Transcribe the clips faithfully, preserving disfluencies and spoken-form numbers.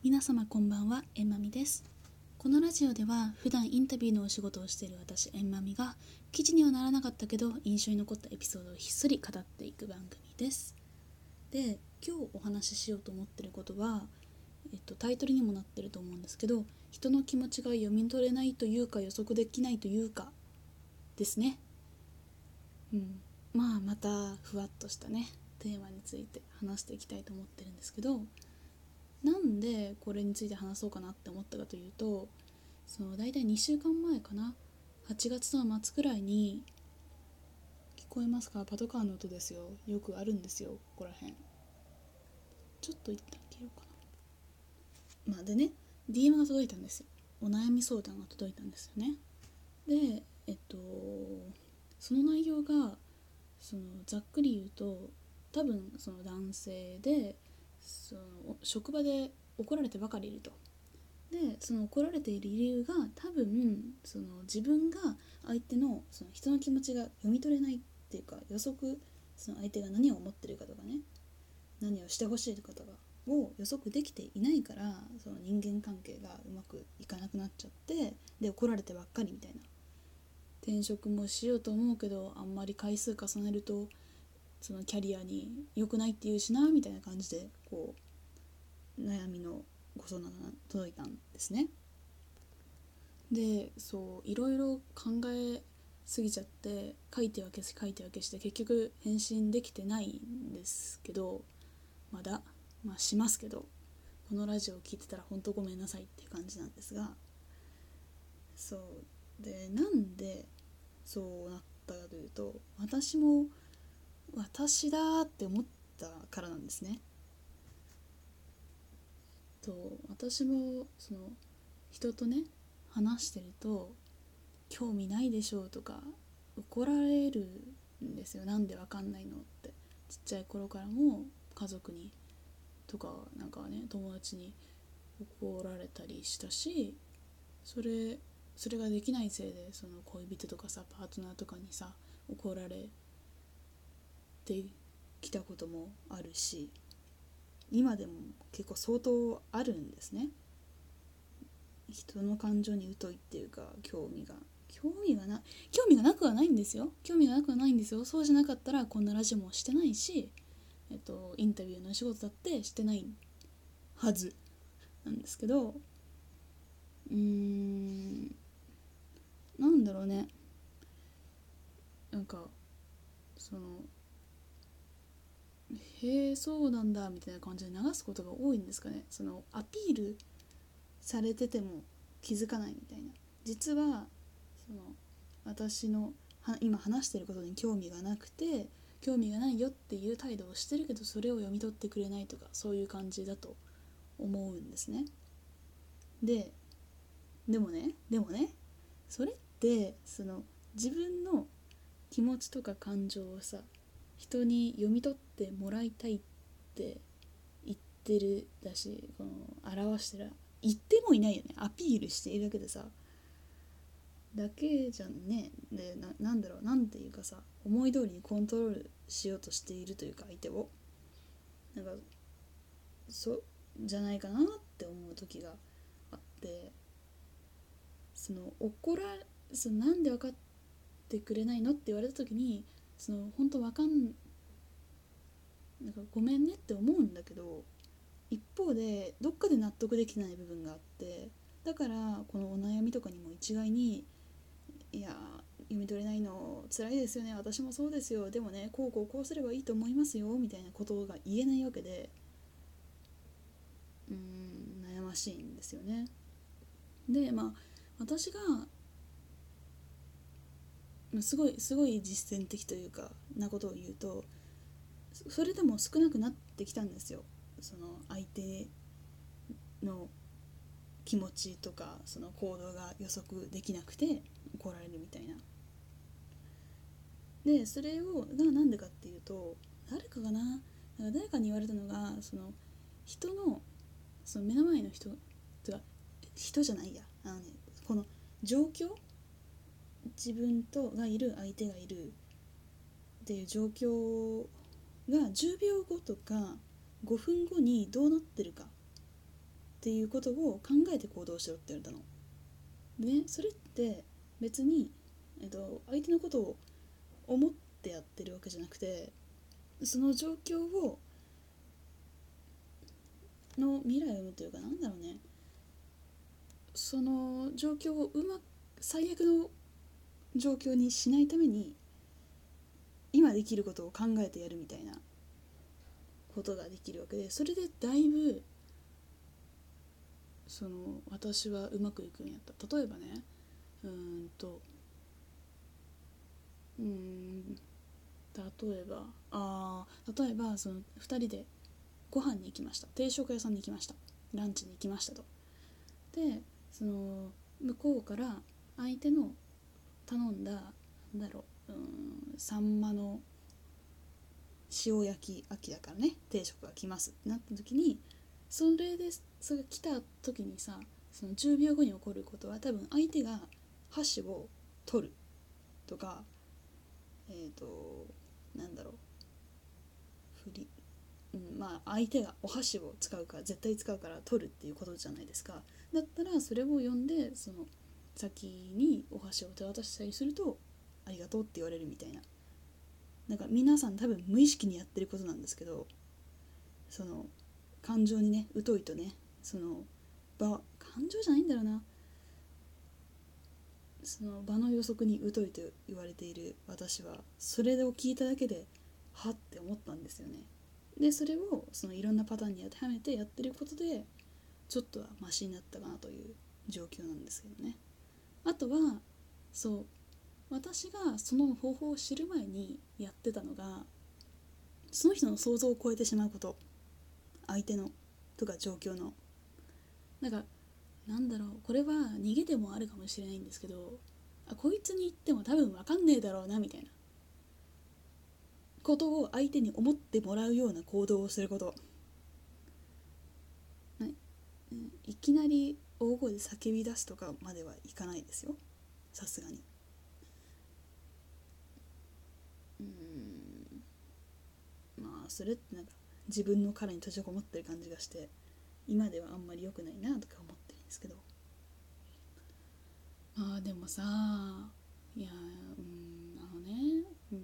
皆様こんばんは、えんまみです。このラジオでは普段インタビューのお仕事をしている私、えんまみが記事にはならなかったけど印象に残ったエピソードをひっそり語っていく番組です。で、今日お話ししようと思ってることは、えっと、タイトルにもなってると思うんですけど、人の気持ちが読み取れないというか予測できないというかですね。うん、まあまたふわっとしたねテーマについて話していきたいと思ってるんですけど、なんでこれについて話そうかなって思ったかというと、その大体にしゅうかんまえかな、はちがつの末くらいに、聞こえますか？パトカーの音ですよ。よくあるんですよ、ここら辺。ちょっと一旦切ろうかな。まあでね、 ディーエム が届いたんですよ。お悩み相談が届いたんですよね。で、えっとその内容が、そのざっくり言うと、多分その男性で、その職場で怒られてばかりいると。でその怒られている理由が、多分その自分が相手の、その人の気持ちが読み取れないっていうか、予測、その相手が何を思ってるかとかね、何をしてほしいかとかを予測できていないから、その人間関係がうまくいかなくなっちゃって、で怒られてばっかりみたいな。転職もしようと思うけど、あんまり回数重ねるとそのキャリアに良くないっていうしな、みたいな感じで、こう悩みのご相談が届いたんですね。で、そういろいろ考えすぎちゃって、書いては消し書いては消して、結局返信できてないんですけど、まだまあしますけど、このラジオを聞いてたら本当ごめんなさいっていう感じなんですが、そうで、なんでそうなったかというと、私も私だって思ったからなんですね。と私もその人とね話してると、興味ないでしょうとか怒られるんですよ。なんでわかんないのって。ちっちゃい頃からも家族にとか、なんかね、友達に怒られたりしたし、それそれができないせいで、その恋人とかさ、パートナーとかにさ怒られてきたこともあるし、今でも結構相当あるんですね。人の感情に疎いっていうか、興味が興味がな興味がなくはないんですよ。興味がなくはないんですよ。そうじゃなかったらこんなラジオもしてないし、えっとインタビューの仕事だってしてないはずなんですけど、うーんなんだろうね、なんかそのへえそうなんだみたいな感じで流すことが多いんですかね。そのアピールされてても気づかないみたいな。実はその私の今話してることに興味がなくて、興味がないよっていう態度をしてるけど、それを読み取ってくれないとか、そういう感じだと思うんですね。ででもねでもねそれってその自分の気持ちとか感情をさ、人に読み取ってもらいたいって言ってるだし、この表してる、言ってもいないよね、アピールしているだけでさ、だけじゃんね。で な, なんだろう、なんていうかさ、思い通りにコントロールしようとしているというか、相手をなんかそうじゃないかなって思う時があって、その怒らそのなんで分かってくれないのって言われた時に、その本当分かんなんかごめんねって思うんだけど、一方でどっかで納得できない部分があって、だからこのお悩みとかにも一概に、いや読み取れないの辛いですよね、私もそうですよ、でもねこうこうこうすればいいと思いますよみたいなことが言えないわけで、うーん悩ましいんですよね。でまあ私がすごいすごい実践的というかなことを言うと、それでも少なくなってきたんですよ。その相手の気持ちとか、その行動が予測できなくて怒られるみたいな。でそれをがなんでかっていうと、誰かがななんか誰かに言われたのが、その人のその目の前の人とか、人じゃないやあのねこの状況、自分とがいる相手がいるっていう状況がじゅうびょうごとかごふんごにどうなってるかっっていうことを考えて行動しろって言われたのでね。それって別に、えっと、相手のことを思ってやってるわけじゃなくて、その状況をの未来を生むというか、なんだろうね、その状況をうまく最悪の状況にしないために今できることを考えてやるみたいなことができるわけで、それでだいぶその私はうまくいくようになった。例えばね、うーんとうーん例えばあ例えばそのふたりでご飯に行きました。定食屋さんに行きました。ランチに行きましたと。でその向こうから相手の頼んだなんだろう、うーんサンマの塩焼き秋だからね定食が来ますってなった時に、それでそれが来た時にさ、そのじゅうびょうごに起こることは多分相手が箸を取るとか、えっ、ー、となんだろう振り、うん、まあ相手がお箸を使うから絶対使うから取るっていうことじゃないですか。だったらそれを読んでその先にお箸を手渡したりするとありがとうって言われるみたいな、なんか皆さん多分無意識にやってることなんですけど、その感情にね疎いとね、その場感情じゃないんだろうな、その場の予測に疎いと言われている私はそれを聞いただけではって思ったんですよね。でそれをそのいろんなパターンに当てはめてやってることでちょっとはマシになったかなという状況なんですけどね。あとはそう私がその方法を知る前にやってたのが、その人の想像を超えてしまうこと、相手のとか状況の、なんかなんだろう、これは逃げでもあるかもしれないんですけど、あこいつに言っても多分分かんねえだろうなみたいなことを相手に思ってもらうような行動をすること。いきなり大声で叫び出すとかまではいかないですよ、さすがに。うーんまあそれってなんか自分の殻に閉じこもってる感じがして今ではあんまり良くないなとか思ってるんですけど、まあでもさ、いやうんあのね、うん、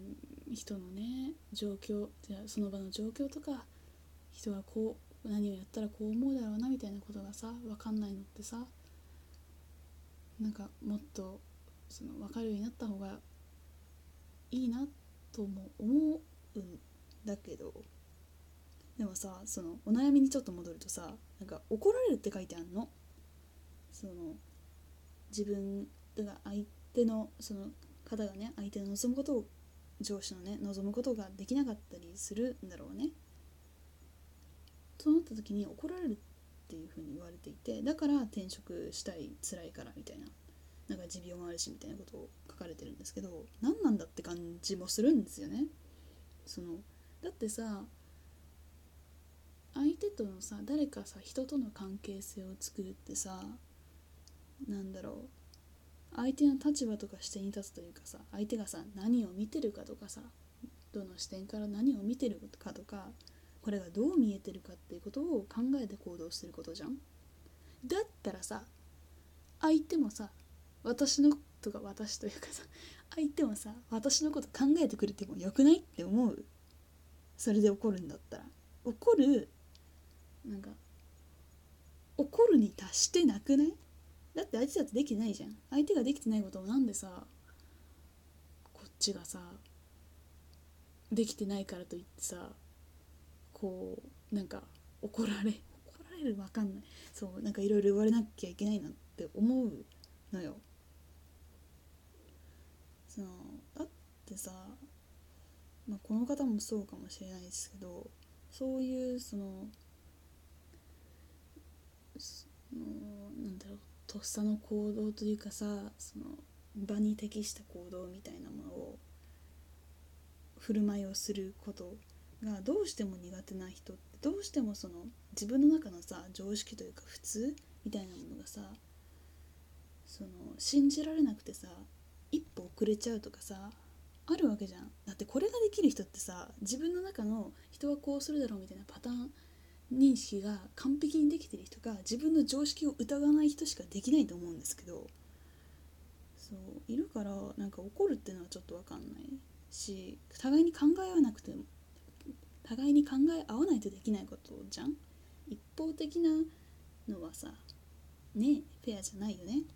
人のね状況、じゃその場の状況とか人がこう何をやったらこう思うだろうなみたいなことがさ分かんないのってさ、なんかもっとその分かるようになった方がいいなとも思うんだけど、でもさ、そのお悩みにちょっと戻るとさ、なんか怒られるって書いてあるの。その自分が相手のその方がね相手の望むことを上司のね望むことができなかったりするんだろうね。そうなった時に怒られるっていう風に言われていて、だから転職したい辛いからみたいな、なんか持病もあるしみたいなことを書かれてるんですけど、何なんだって感じもするんですよね。そのだってさ、相手とのさ誰かさ人との関係性を作るってさ、なんだろう、相手の立場とか視点に立つというかさ、相手がさ何を見てるかとかさ、どの視点から何を見てるかとか、これがどう見えてるかっていうことを考えて行動することじゃん。だったらさ、相手もさ私のとか私というかさ相手もさ私のこと考えてくれてもよくないって思う。それで怒るんだったら怒る、なんか怒るに達してなくない？だって相手だってできてないじゃん。相手ができてないことをなんでさこっちがさできてないからといってさこうなんか怒られ怒られるわかんない、そうなんかいろいろ言われなきゃいけないなって思うのよ。そのだってさ、まあ、この方もそうかもしれないですけど、そういうそのそのなんだろうとっさの行動というかさ、その場に適した行動みたいなものを振る舞いをすることがどうしても苦手な人って、どうしてもその自分の中のさ常識というか普通みたいなものがさ、その信じられなくてさ一歩遅れちゃうとかさあるわけじゃん。だってこれができる人ってさ、自分の中の人はこうするだろうみたいなパターン認識が完璧にできてる人が自分の常識を疑わない人しかできないと思うんですけど、そういるからなんか怒るっていうのはちょっと分かんないし、互いに考え合わなくても互いに考え合わないとできないことじゃん。一方的なのはさねフェアじゃないよね。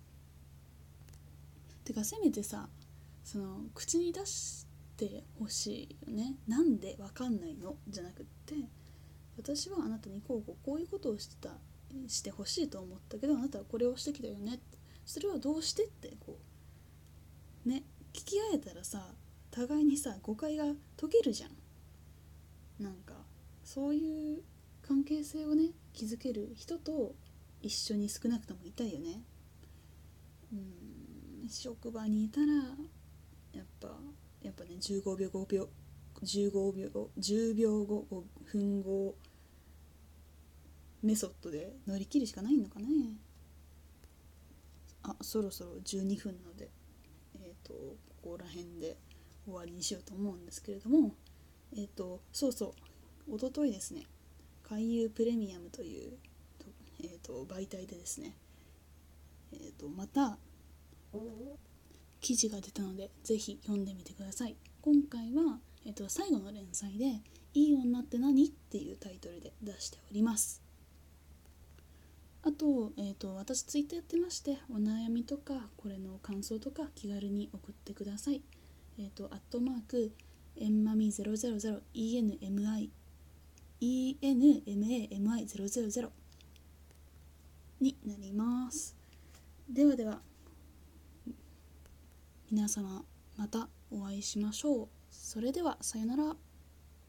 てかせめてさその口に出してほしいよね。なんでわかんないのじゃなくって、私はあなたにこうこうこういうことをしてたしてほしいと思ったけどあなたはこれをしてきたよねって、それはどうしてってこうね聞き合えたらさ互いにさ誤解が解けるじゃん。なんかそういう関係性をね築ける人と一緒に少なくともいたいよね。うーん職場にいたらやっぱやっぱねじゅうごびょうごびょうじゅうごびょうじゅうびょうごごふんごメソッドで乗り切るしかないのかね。あ、そろそろじゅうにふんなのでえっ、ー、とここら辺で終わりにしようと思うんですけれども、えっ、ー、とそうそう一昨日ですね、海遊プレミアムという、えー、と媒体でですね、えー、とまた記事が出たのでぜひ読んでみてください。今回は、えー、と最後の連載でいい女って何っていうタイトルで出しております。あと、えー、と私ツイッターやってまして、お悩みとかこれの感想とか気軽に送ってください。えっ、ー、とアットマークエンマミゼロゼロゼロ エンマミ エンマミゼロゼロゼロになります。ではでは皆様またお会いしましょう。それではさよなら。